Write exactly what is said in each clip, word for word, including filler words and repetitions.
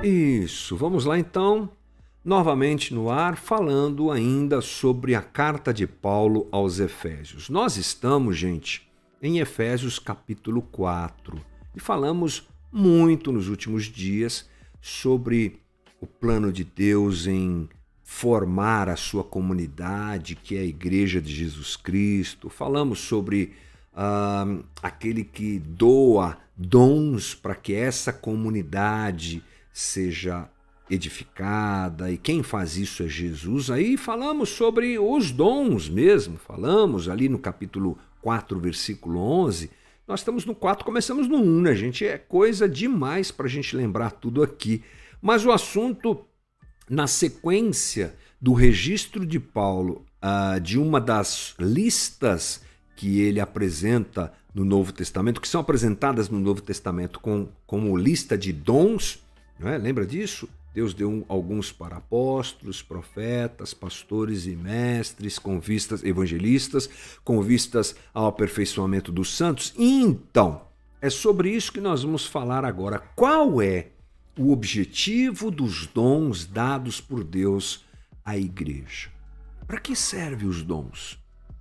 Isso, vamos lá então, novamente no ar, falando ainda sobre a carta de Paulo aos Efésios. Nós estamos, gente, em Efésios capítulo quatro e falamos muito nos últimos dias sobre o plano de Deus em formar a sua comunidade, que é a Igreja de Jesus Cristo. Falamos sobre ah, aquele que doa dons para que essa comunidade seja edificada, e quem faz isso é Jesus. Aí falamos sobre os dons mesmo, falamos ali no capítulo quatro, versículo onze. Nós estamos no quatro, começamos no um, né, gente? É coisa demais para a gente lembrar tudo aqui. Mas o assunto, na sequência do registro de Paulo, uh, de uma das listas que ele apresenta no Novo Testamento, que são apresentadas no Novo Testamento com, como lista de dons, não é? Lembra disso? Deus deu alguns para apóstolos, profetas, pastores e mestres, com vistas, evangelistas, com vistas ao aperfeiçoamento dos santos. Então, é sobre isso que nós vamos falar agora. Qual é o objetivo dos dons dados por Deus à igreja? Para que servem os dons?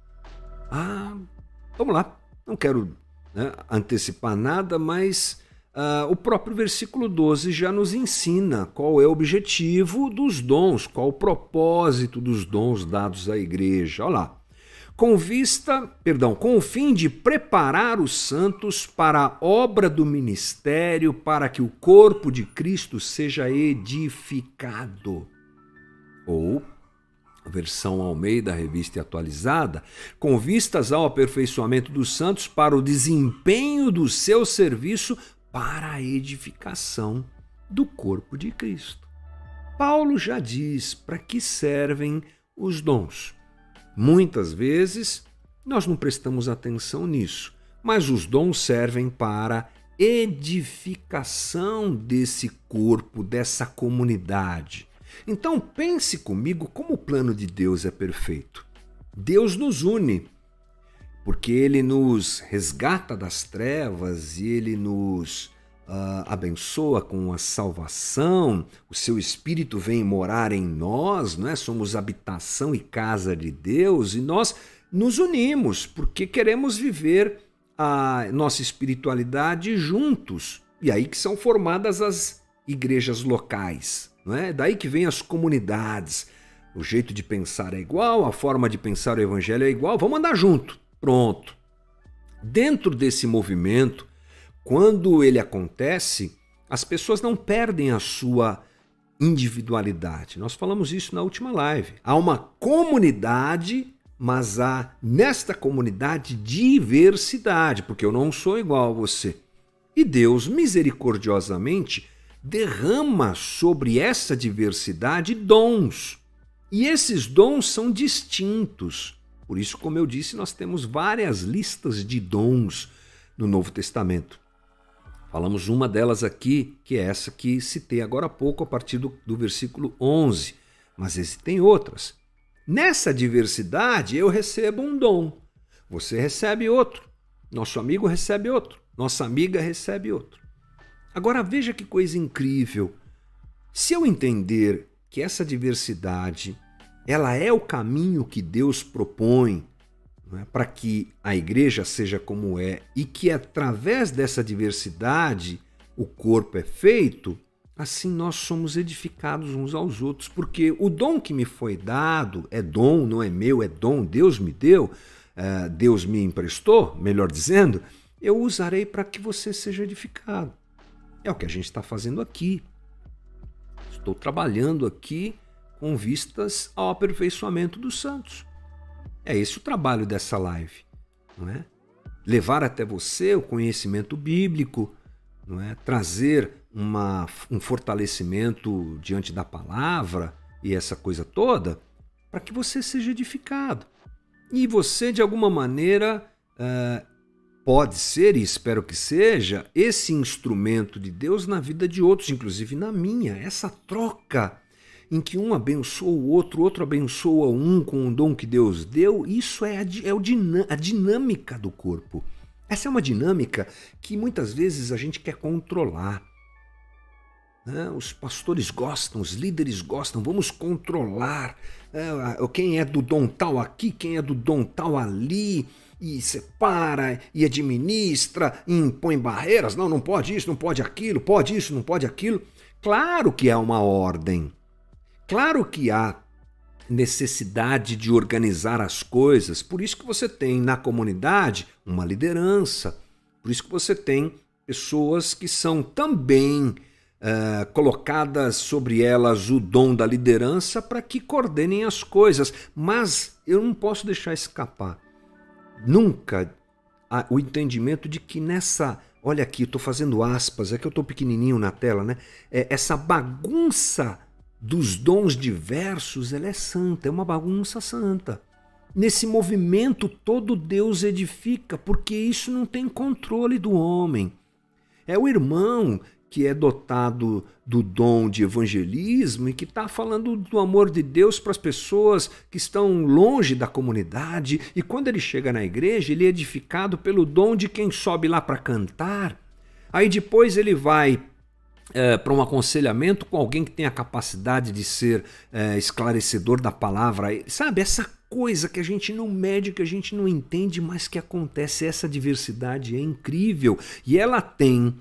Ah, vamos lá. Não quero, né, antecipar nada, mas uh, o próprio versículo doze já nos ensina qual é o objetivo dos dons, qual o propósito dos dons dados à igreja. Olha lá. Com vista, perdão, com o fim de preparar os santos para a obra do ministério, para que o corpo de Cristo seja edificado. Ou, versão Almeida, revista atualizada, com vistas ao aperfeiçoamento dos santos para o desempenho do seu serviço para a edificação do corpo de Cristo. Paulo já diz para que servem os dons. Muitas vezes nós não prestamos atenção nisso, mas os dons servem para edificação desse corpo, dessa comunidade. Então pense comigo como o plano de Deus é perfeito. Deus nos une, porque Ele nos resgata das trevas e Ele nos uh, abençoa com a salvação. O seu Espírito vem morar em nós, não é? Somos habitação e casa de Deus, e nós nos unimos porque queremos viver a nossa espiritualidade juntos. E aí que são formadas as igrejas locais. Não é? Daí que vem as comunidades. O jeito de pensar é igual, a forma de pensar o evangelho é igual, vamos andar junto. Pronto. Dentro desse movimento, quando ele acontece, as pessoas não perdem a sua individualidade. Nós falamos isso na última live. Há uma comunidade, mas há nesta comunidade diversidade, porque eu não sou igual a você. E Deus, misericordiosamente, derrama sobre essa diversidade dons. E esses dons são distintos. Por isso, como eu disse, nós temos várias listas de dons no Novo Testamento. Falamos uma delas aqui, que é essa que citei agora há pouco, a partir do, do versículo onze. Mas existem outras. Nessa diversidade, eu recebo um dom. Você recebe outro. Nosso amigo recebe outro. Nossa amiga recebe outro. Agora veja que coisa incrível. Se eu entender que essa diversidade ela é o caminho que Deus propõe, não é, para que a igreja seja como é, e que através dessa diversidade o corpo é feito, assim nós somos edificados uns aos outros, porque o dom que me foi dado é dom, não é meu, é dom, Deus me deu, uh, Deus me emprestou, melhor dizendo, eu usarei para que você seja edificado. É o que a gente está fazendo aqui. Estou trabalhando aqui com vistas ao aperfeiçoamento dos santos. É esse o trabalho dessa live, não é? Levar até você o conhecimento bíblico, não é? Trazer uma, um fortalecimento diante da palavra e essa coisa toda, para que você seja edificado. E você, de alguma maneira, uh, pode ser, e espero que seja, esse instrumento de Deus na vida de outros, inclusive na minha. Essa troca em que um abençoa o outro, o outro abençoa um com o dom que Deus deu, isso é a, é o dinam, a dinâmica do corpo. Essa é uma dinâmica que muitas vezes a gente quer controlar. né? Os pastores gostam, os líderes gostam, vamos controlar é, quem é do dom tal aqui, quem é do dom tal ali, e separa, e administra, e impõe barreiras. Não, não pode isso, não pode aquilo, pode isso, não pode aquilo. Claro que há uma ordem, claro que há necessidade de organizar as coisas, por isso que você tem na comunidade uma liderança, por isso que você tem pessoas que são também uh, colocadas sobre elas o dom da liderança para que coordenem as coisas. Mas eu não posso deixar escapar nunca o entendimento de que nessa, olha aqui, estou fazendo aspas, é que eu estou pequenininho na tela, né? É, essa bagunça dos dons diversos, ela é santa, é uma bagunça santa. Nesse movimento todo Deus edifica, porque isso não tem controle do homem. É o irmão que é dotado do dom de evangelismo e que está falando do amor de Deus para as pessoas que estão longe da comunidade. E quando ele chega na igreja, ele é edificado pelo dom de quem sobe lá para cantar. Aí depois ele vai é, para um aconselhamento com alguém que tem a capacidade de ser é, esclarecedor da palavra. Sabe, essa coisa que a gente não mede, que a gente não entende, mas que acontece. Essa diversidade é incrível e ela tem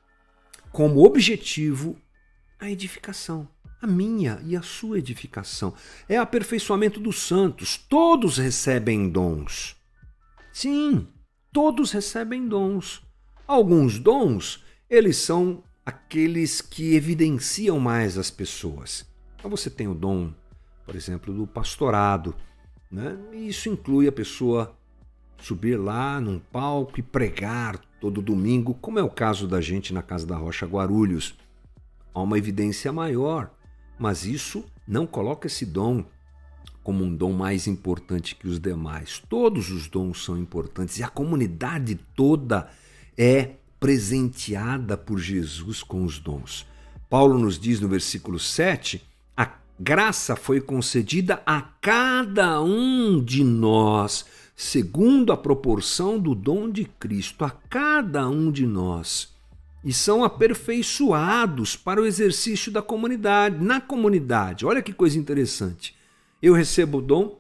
como objetivo a edificação, a minha e a sua edificação. É aperfeiçoamento dos santos. Todos recebem dons. Sim, todos recebem dons. Alguns dons, eles são aqueles que evidenciam mais as pessoas. Então você tem o dom, por exemplo, do pastorado, né? E isso inclui a pessoa subir lá num palco e pregar todo domingo, como é o caso da gente na Casa da Rocha Guarulhos. Há uma evidência maior, mas isso não coloca esse dom como um dom mais importante que os demais. Todos os dons são importantes e a comunidade toda é presenteada por Jesus com os dons. Paulo nos diz no versículo sete, a graça foi concedida a cada um de nós, segundo a proporção do dom de Cristo, a cada um de nós. E são aperfeiçoados para o exercício da comunidade, na comunidade. Olha que coisa interessante. Eu recebo o dom,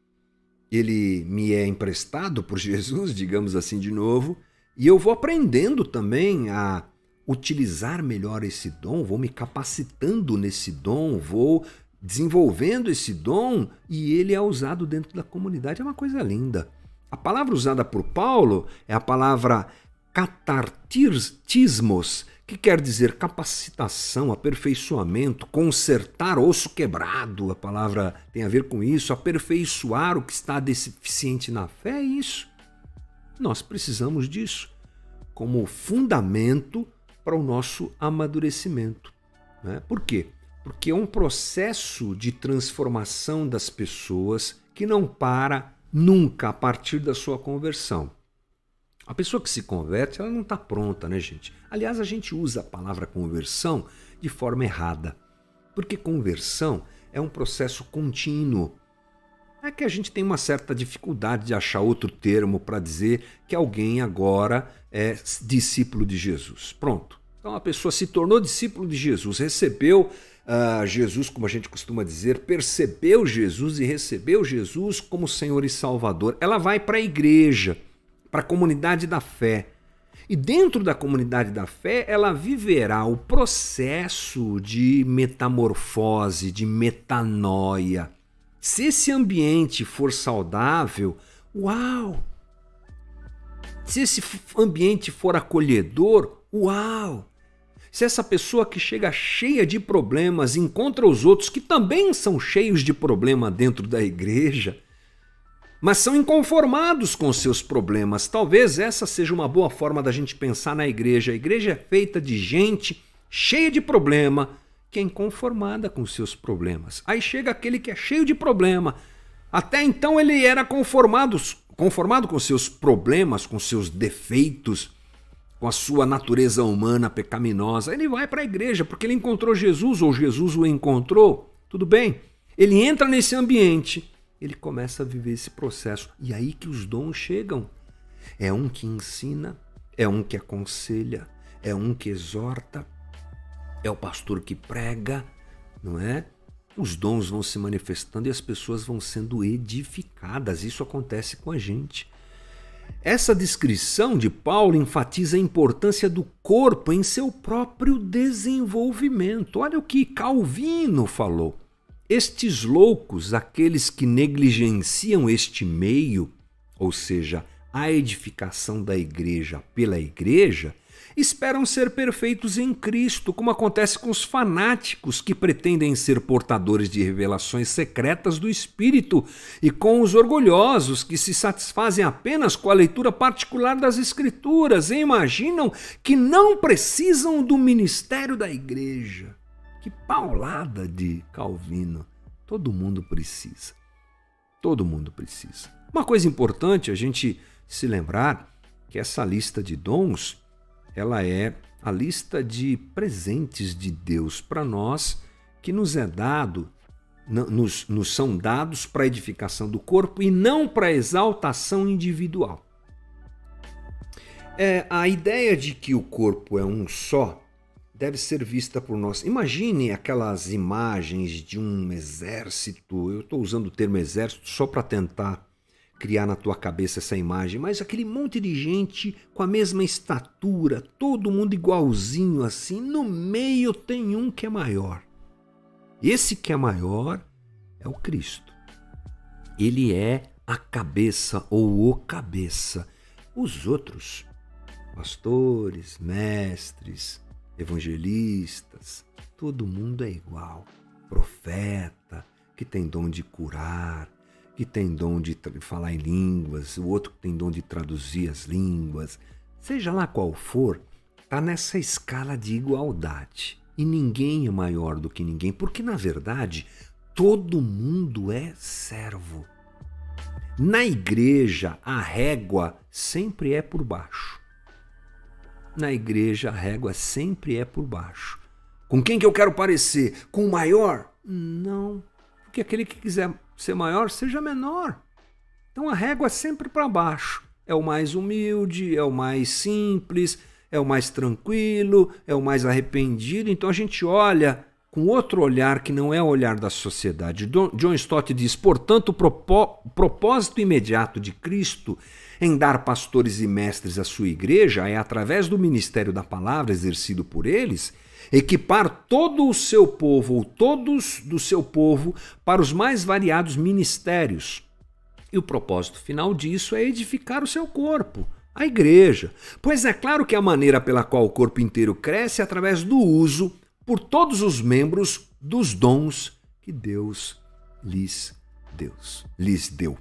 ele me é emprestado por Jesus, digamos assim de novo, e eu vou aprendendo também a utilizar melhor esse dom, vou me capacitando nesse dom, vou desenvolvendo esse dom e ele é usado dentro da comunidade. É uma coisa linda. A palavra usada por Paulo é a palavra catartismos, que quer dizer capacitação, aperfeiçoamento, consertar osso quebrado. A palavra tem a ver com isso, aperfeiçoar o que está deficiente na fé. É isso. Nós precisamos disso como fundamento para o nosso amadurecimento, né? Por quê? Porque é um processo de transformação das pessoas que não para nunca a partir da sua conversão. A pessoa que se converte, ela não está pronta, né, gente? Aliás, a gente usa a palavra conversão de forma errada, porque conversão é um processo contínuo. É que a gente tem uma certa dificuldade de achar outro termo para dizer que alguém agora é discípulo de Jesus. Pronto. Então a pessoa se tornou discípulo de Jesus, recebeu uh, Jesus, como a gente costuma dizer, percebeu Jesus e recebeu Jesus como Senhor e Salvador. Ela vai para a igreja, para a comunidade da fé. E dentro da comunidade da fé, ela viverá o processo de metamorfose, de metanoia. Se esse ambiente for saudável, uau! Se esse ambiente for acolhedor, uau! Se essa pessoa que chega cheia de problemas encontra os outros que também são cheios de problema dentro da igreja, mas são inconformados com seus problemas, talvez essa seja uma boa forma da gente pensar na igreja. A igreja é feita de gente cheia de problema, que é inconformada com seus problemas. Aí chega aquele que é cheio de problema. Até então ele era conformado, conformado com seus problemas, com seus defeitos, com a sua natureza humana pecaminosa. Ele vai para a igreja porque ele encontrou Jesus ou Jesus o encontrou. Tudo bem? Ele entra nesse ambiente, ele começa a viver esse processo. E aí que os dons chegam. É um que ensina, é um que aconselha, é um que exorta, é o pastor que prega, não é? Os dons vão se manifestando e as pessoas vão sendo edificadas. Isso acontece com a gente. Essa descrição de Paulo enfatiza a importância do corpo em seu próprio desenvolvimento. Olha o que Calvino falou. Estes loucos, aqueles que negligenciam este meio, ou seja, a edificação da igreja pela igreja, esperam ser perfeitos em Cristo, como acontece com os fanáticos que pretendem ser portadores de revelações secretas do Espírito e com os orgulhosos que se satisfazem apenas com a leitura particular das Escrituras e imaginam que não precisam do ministério da igreja. Que paulada de Calvino! Todo mundo precisa. Todo mundo precisa. Uma coisa importante a gente se lembrar que essa lista de dons, ela é a lista de presentes de Deus para nós, que nos é dado, nos, nos são dados para a edificação do corpo e não para a exaltação individual. É, a ideia de que o corpo é um só deve ser vista por nós. Imagine aquelas imagens de um exército, eu estou usando o termo exército só para tentar criar na tua cabeça essa imagem, mas aquele monte de gente com a mesma estatura, todo mundo igualzinho assim, no meio tem um que é maior. Esse que é maior é o Cristo. Ele é a cabeça ou o cabeça. Os outros, pastores, mestres, evangelistas, todo mundo é igual. Profeta, que tem dom de curar, que tem dom de falar em línguas, o outro que tem dom de traduzir as línguas, seja lá qual for, está nessa escala de igualdade. E ninguém é maior do que ninguém, porque na verdade todo mundo é servo. Na igreja a régua sempre é por baixo. Na igreja a régua sempre é por baixo. Com quem que eu quero parecer? Com o maior? Não, porque aquele que quiser ser maior, seja menor. Então a régua é sempre para baixo. É o mais humilde, é o mais simples, é o mais tranquilo, é o mais arrependido. Então a gente olha com outro olhar que não é o olhar da sociedade. John Stott diz, portanto, o propósito imediato de Cristo em dar pastores e mestres à sua igreja é, através do ministério da palavra exercido por eles, equipar todo o seu povo, ou todos do seu povo, para os mais variados ministérios. E o propósito final disso é edificar o seu corpo, a igreja. Pois é claro que a maneira pela qual o corpo inteiro cresce é através do uso por todos os membros dos dons que Deus lhes, Deus, lhes deu.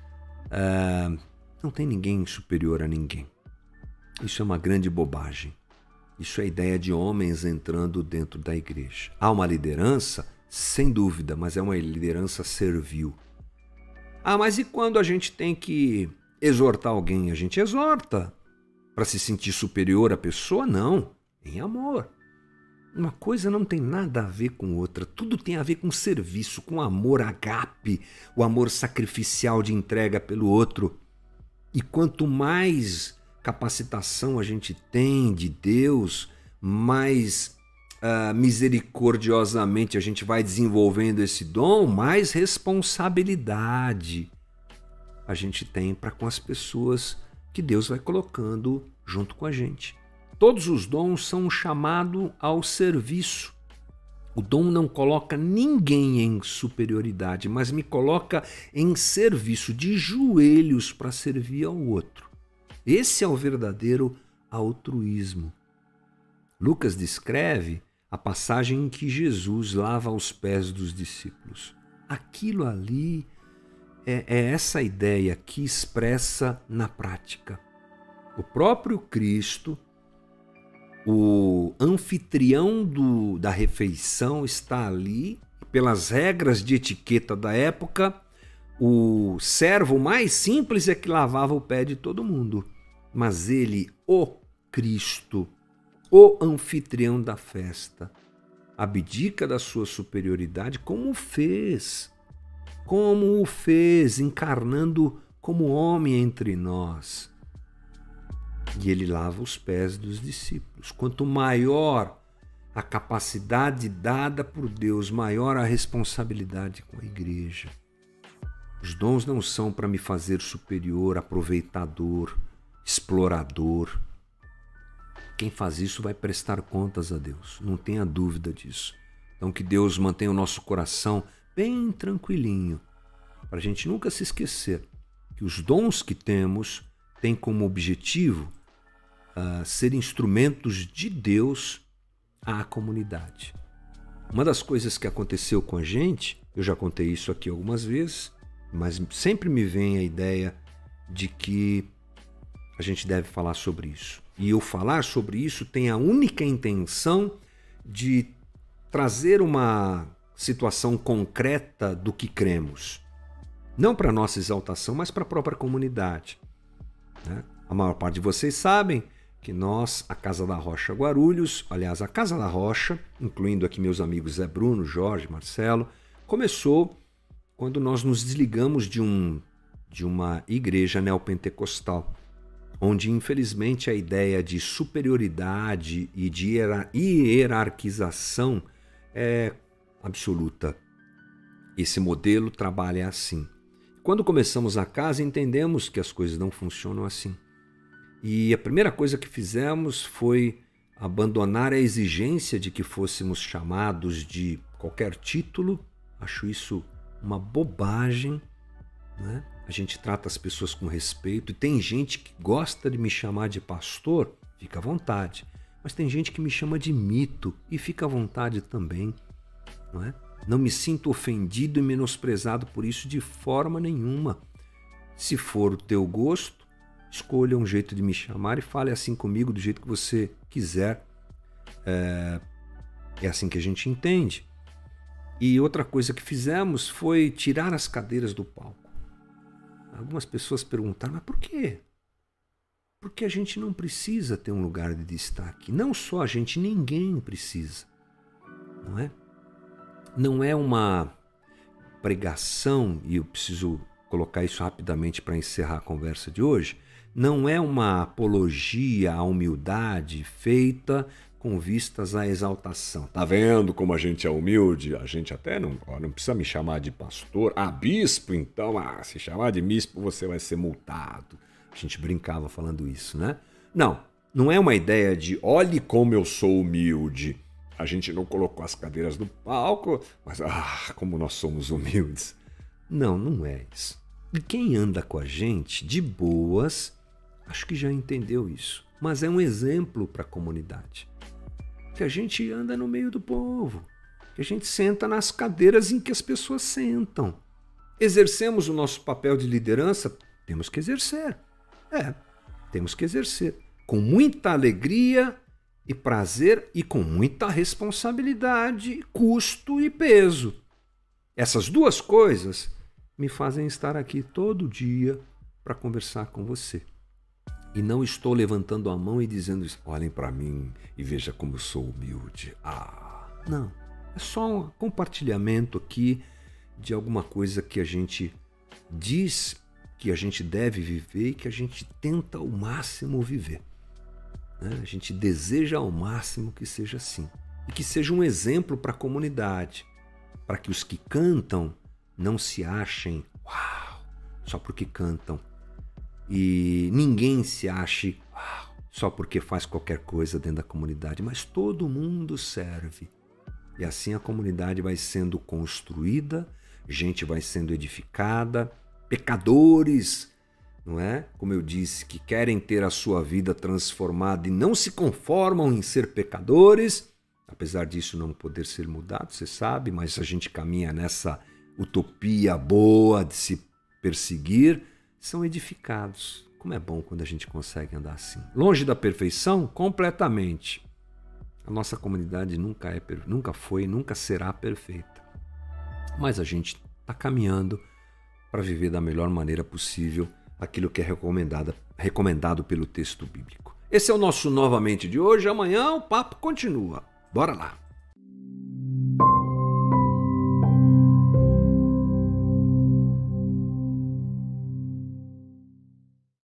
Ah, não tem ninguém superior a ninguém. Isso é uma grande bobagem. Isso é a ideia de homens entrando dentro da igreja. Há uma liderança, sem dúvida, mas é uma liderança servil. Ah, mas e quando a gente tem que exortar alguém? A gente exorta para se sentir superior à pessoa? Não, em amor. Uma coisa não tem nada a ver com outra. Tudo tem a ver com serviço, com amor agape, o amor sacrificial de entrega pelo outro. E quanto mais capacitação a gente tem de Deus, mais uh, misericordiosamente a gente vai desenvolvendo esse dom, mais responsabilidade a gente tem para com as pessoas que Deus vai colocando junto com a gente. Todos os dons são um chamado ao serviço. O dom não coloca ninguém em superioridade, mas me coloca em serviço, de joelhos para servir ao outro. Esse é o verdadeiro altruísmo. Lucas descreve a passagem em que Jesus lava os pés dos discípulos. Aquilo ali é, é essa ideia que expressa na prática. O próprio Cristo, o anfitrião do, da refeição, está ali, pelas regras de etiqueta da época, o servo mais simples é que lavava o pé de todo mundo. Mas ele, o Cristo, o anfitrião da festa, abdica da sua superioridade como o fez, como o fez, encarnando como homem entre nós. E ele lava os pés dos discípulos. Quanto maior a capacidade dada por Deus, maior a responsabilidade com a igreja. Os dons não são para me fazer superior, aproveitador, explorador. Quem faz isso vai prestar contas a Deus, não tenha dúvida disso. Então que Deus mantenha o nosso coração bem tranquilinho, para a gente nunca se esquecer que os dons que temos têm como objetivo uh, ser instrumentos de Deus à comunidade. Uma das coisas que aconteceu com a gente, eu já contei isso aqui algumas vezes, mas sempre me vem a ideia de que a gente deve falar sobre isso. E eu falar sobre isso tem a única intenção de trazer uma situação concreta do que cremos. Não para nossa exaltação, mas para a própria comunidade. Né? A maior parte de vocês sabem que nós, a Casa da Rocha Guarulhos, aliás, a Casa da Rocha, incluindo aqui meus amigos Zé Bruno, Jorge, Marcelo, começou quando nós nos desligamos de, um, de uma igreja neopentecostal, onde infelizmente a ideia de superioridade e de hierarquização é absoluta. Esse modelo trabalha assim. Quando começamos a casa, entendemos que as coisas não funcionam assim. E a primeira coisa que fizemos foi abandonar a exigência de que fôssemos chamados de qualquer título. Acho isso uma bobagem, né? A gente trata as pessoas com respeito e tem gente que gosta de me chamar de pastor, fica à vontade. Mas tem gente que me chama de mito e fica à vontade também, não é? Não me sinto ofendido e menosprezado por isso de forma nenhuma. Se for o teu gosto, escolha um jeito de me chamar e fale assim comigo do jeito que você quiser. É, é assim que a gente entende. E outra coisa que fizemos foi tirar as cadeiras do palco. Algumas pessoas perguntaram, mas por quê? Porque a gente não precisa ter um lugar de destaque. Não só a gente, ninguém precisa. Não é? Não é uma pregação, e eu preciso colocar isso rapidamente para encerrar a conversa de hoje, não é uma apologia à humildade feita com vistas à exaltação. Tá vendo como a gente é humilde? A gente até não, ó, não precisa me chamar de pastor. Ah, bispo, então, ah, se chamar de bispo você vai ser multado. A gente brincava falando isso, né? Não, não é uma ideia de olhe como eu sou humilde. A gente não colocou as cadeiras no palco, mas ah, como nós somos humildes. Não, não é isso. E quem anda com a gente de boas, acho que já entendeu isso. Mas é um exemplo para a comunidade. Que a gente anda no meio do povo. Que a gente senta nas cadeiras em que as pessoas sentam. Exercemos o nosso papel de liderança? Temos que exercer. É, temos que exercer. Com muita alegria e prazer e com muita responsabilidade, custo e peso. Essas duas coisas me fazem estar aqui todo dia para conversar com você. E não estou levantando a mão e dizendo, olhem para mim e veja como eu sou humilde. Ah, não. É só um compartilhamento aqui de alguma coisa que a gente diz que a gente deve viver e que a gente tenta ao máximo viver. A gente deseja ao máximo que seja assim. E que seja um exemplo para a comunidade. Para que os que cantam não se achem, uau, só porque cantam. E ninguém se ache, uau, só porque faz qualquer coisa dentro da comunidade. Mas todo mundo serve. E assim a comunidade vai sendo construída, gente vai sendo edificada, pecadores, não é? Como eu disse, que querem ter a sua vida transformada e não se conformam em ser pecadores, apesar disso não poder ser mudado, você sabe, mas a gente caminha nessa utopia boa de se perseguir, são edificados. Como é bom quando a gente consegue andar assim. Longe da perfeição, completamente. A nossa comunidade nunca, é, nunca foi, nunca será perfeita. Mas a gente está caminhando para viver da melhor maneira possível aquilo que é recomendado, recomendado pelo texto bíblico. Esse é o nosso Novamente de hoje. Amanhã o papo continua. Bora lá!